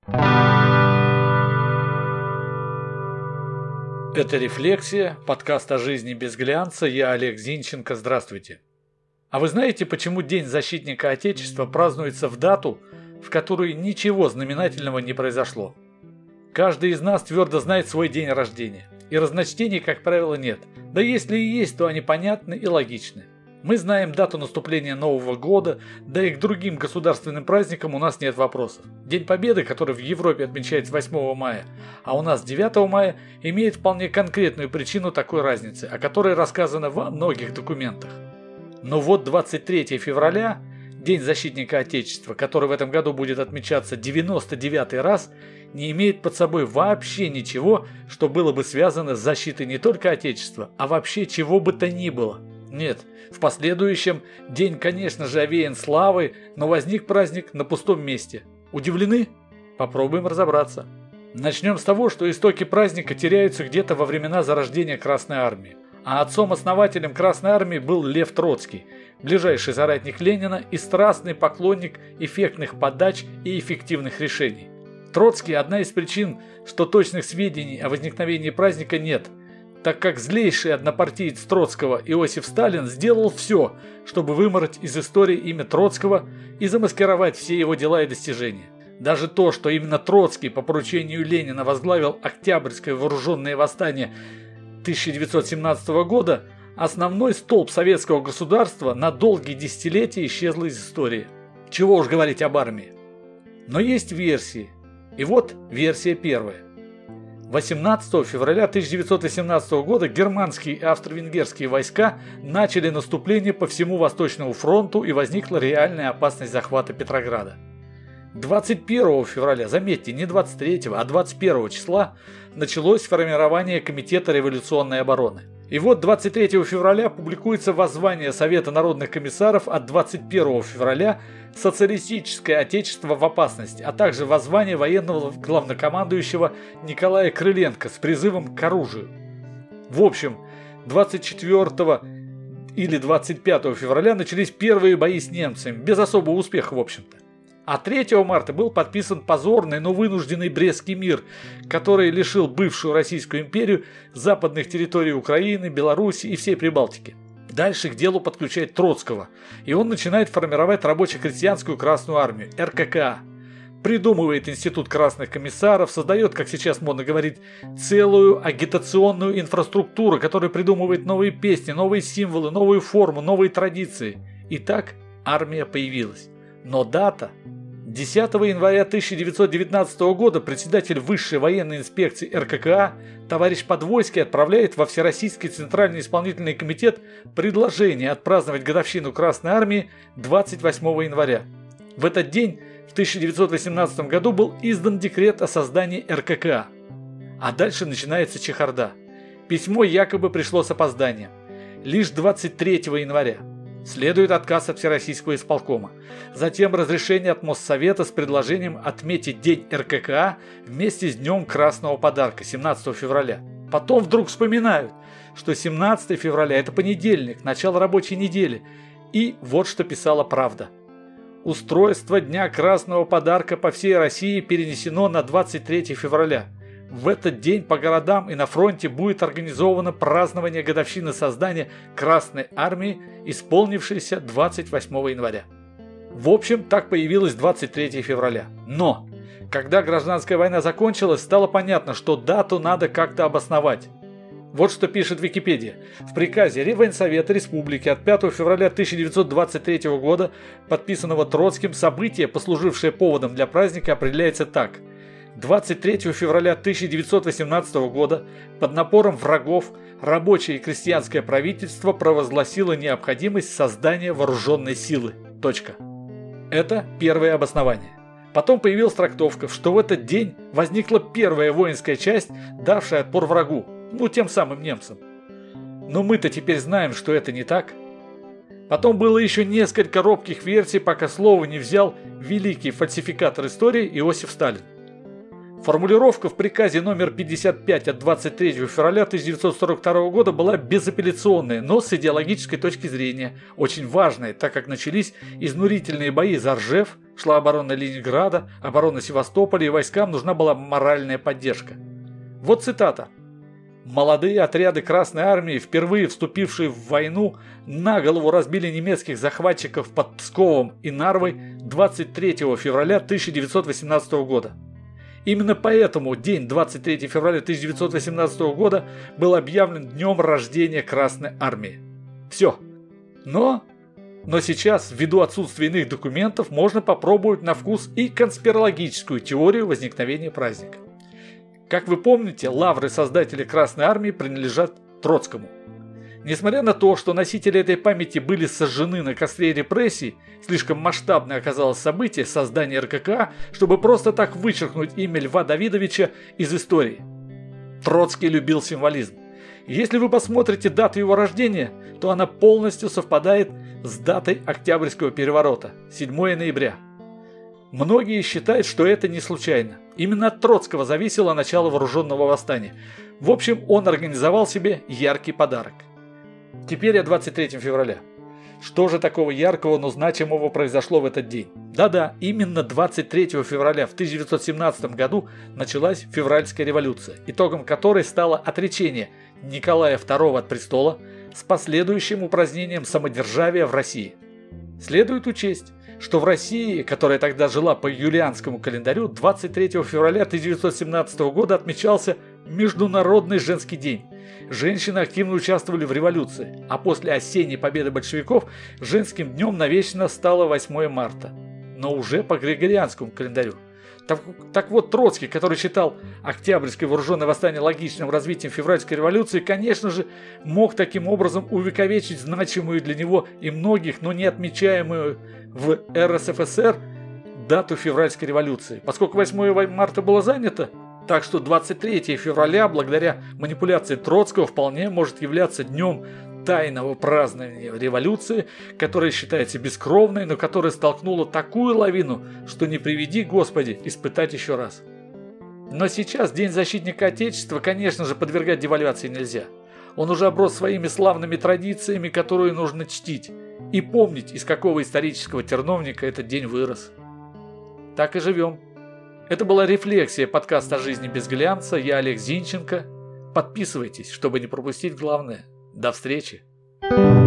Это «Рефлексия», подкаст о жизни без глянца. Я Олег Зинченко. Здравствуйте. А вы знаете, почему День защитника Отечества празднуется в дату, в которой ничего знаменательного не произошло? Каждый из нас твердо знает свой день рождения, и разночтений, как правило, нет. Да если и есть, то они понятны и логичны. Мы знаем дату наступления Нового года, да и к другим государственным праздникам у нас нет вопросов. День Победы, который в Европе отмечается 8 мая, а у нас 9 мая, имеет вполне конкретную причину такой разницы, о которой рассказано во многих документах. Но вот 23 февраля, День защитника Отечества, который в этом году будет отмечаться 99-й раз, не имеет под собой вообще ничего, что было бы связано с защитой не только Отечества, а вообще чего бы то ни было. Нет, в последующем день, конечно же, овеян славой, но возник праздник на пустом месте. Удивлены? Попробуем разобраться. Начнем с того, что истоки праздника теряются где-то во времена зарождения Красной Армии. А отцом-основателем Красной Армии был Лев Троцкий, ближайший соратник Ленина и страстный поклонник эффектных подач и эффективных решений. Троцкий – одна из причин, что точных сведений о возникновении праздника нет, так как злейший однопартиец Троцкого Иосиф Сталин сделал все, чтобы вымороть из истории имя Троцкого и замаскировать все его дела и достижения. Даже то, что именно Троцкий по поручению Ленина возглавил Октябрьское вооруженное восстание 1917 года, основной столб советского государства на долгие десятилетия исчезло из истории. Чего уж говорить об армии. Но есть версии. И вот версия первая. 18 февраля 1918 года германские и австро-венгерские войска начали наступление по всему Восточному фронту, и возникла реальная опасность захвата Петрограда. 21 февраля, заметьте, не 23, а 21 числа, началось формирование Комитета революционной обороны. И вот 23 февраля публикуется воззвание Совета народных комиссаров от 21 февраля «Социалистическое отечество в опасности», а также воззвание военного главнокомандующего Николая Крыленко с призывом к оружию. В общем, 24 или 25 февраля начались первые бои с немцами, без особого успеха, в общем-то. А 3 марта был подписан позорный, но вынужденный Брестский мир, который лишил бывшую Российскую империю западных территорий Украины, Беларуси и всей Прибалтики. Дальше к делу подключает Троцкого, и он начинает формировать рабоче-крестьянскую Красную Армию, РККА. Придумывает институт красных комиссаров, создает, как сейчас модно говорить, целую агитационную инфраструктуру, которая придумывает новые песни, новые символы, новую форму, новые традиции. И так армия появилась. Но дата. 10 января 1919 года председатель Высшей военной инспекции РККА товарищ Подвойский отправляет во Всероссийский Центральный исполнительный комитет предложение отпраздновать годовщину Красной Армии 28 января. В этот день, в 1918 году, был издан декрет о создании РККА. А дальше начинается чехарда. Письмо якобы пришло с опозданием. Лишь 23 января. Следует отказ от Всероссийского исполкома. Затем разрешение от Моссовета с предложением отметить День РККА вместе с Днем Красного Подарка 17 февраля. Потом вдруг вспоминают, что 17 февраля – это понедельник, начало рабочей недели. И вот что писала «Правда». Устройство Дня Красного Подарка по всей России перенесено на 23 февраля. В этот день по городам и на фронте будет организовано празднование годовщины создания Красной Армии, исполнившейся 28 января. В общем, так появилось 23 февраля. Но, когда гражданская война закончилась, стало понятно, что дату надо как-то обосновать. Вот что пишет Википедия. В приказе Реввоенсовета Республики от 5 февраля 1923 года, подписанного Троцким, событие, послужившее поводом для праздника, определяется так. 23 февраля 1918 года под напором врагов рабочее и крестьянское правительство провозгласило необходимость создания вооруженной силы. Точка. Это первое обоснование. Потом появилась трактовка, что в этот день возникла первая воинская часть, давшая отпор врагу, тем самым немцам. Но мы-то теперь знаем, что это не так. Потом было еще несколько робких версий, пока слово не взял великий фальсификатор истории Иосиф Сталин. Формулировка в приказе номер 55 от 23 февраля 1942 года была безапелляционная, но с идеологической точки зрения очень важная, так как начались изнурительные бои за Ржев, шла оборона Ленинграда, оборона Севастополя, и войскам нужна была моральная поддержка. Вот цитата. «Молодые отряды Красной Армии, впервые вступившие в войну, на голову разбили немецких захватчиков под Псковом и Нарвой 23 февраля 1918 года. Именно поэтому день 23 февраля 1918 года был объявлен днем рождения Красной Армии. Все. Но сейчас, ввиду отсутствия иных документов, можно попробовать на вкус и конспирологическую теорию возникновения праздника. Как вы помните, лавры создателей Красной Армии принадлежат Троцкому. Несмотря на то, что носители этой памяти были сожжены на костре репрессий, слишком масштабное оказалось событие создания РККА, чтобы просто так вычеркнуть имя Льва Давидовича из истории. Троцкий любил символизм. Если вы посмотрите дату его рождения, то она полностью совпадает с датой Октябрьского переворота – 7 ноября. Многие считают, что это не случайно. Именно от Троцкого зависело начало вооруженного восстания. В общем, он организовал себе яркий подарок. Теперь о 23 февраля. Что же такого яркого, но значимого произошло в этот день? Да-да, именно 23 февраля в 1917 году началась февральская революция, итогом которой стало отречение Николая II от престола с последующим упразднением самодержавия в России. Следует учесть, что в России, которая тогда жила по юлианскому календарю, 23 февраля 1917 года отмечался Международный женский день. Женщины активно участвовали в революции, а после осенней победы большевиков женским днем навечно стало 8 марта, но уже по григорианскому календарю. Так вот, Троцкий, который считал Октябрьское вооруженное восстание логичным развитием февральской революции, конечно же, мог таким образом увековечить значимую для него и многих, но не отмечаемую в РСФСР дату февральской революции, поскольку 8 марта было занято. Так что 23 февраля, благодаря манипуляции Троцкого, вполне может являться днем тайного празднования революции, которая считается бескровной, но которая столкнула такую лавину, что не приведи, Господи, испытать еще раз. Но сейчас День защитника Отечества, конечно же, подвергать девальвации нельзя. Он уже оброс своими славными традициями, которые нужно чтить, и помнить, из какого исторического терновника этот день вырос. Так и живем. Это была рефлексия подкаста «Жизни без глянца». Я Олег Зинченко. Подписывайтесь, чтобы не пропустить главное. До встречи!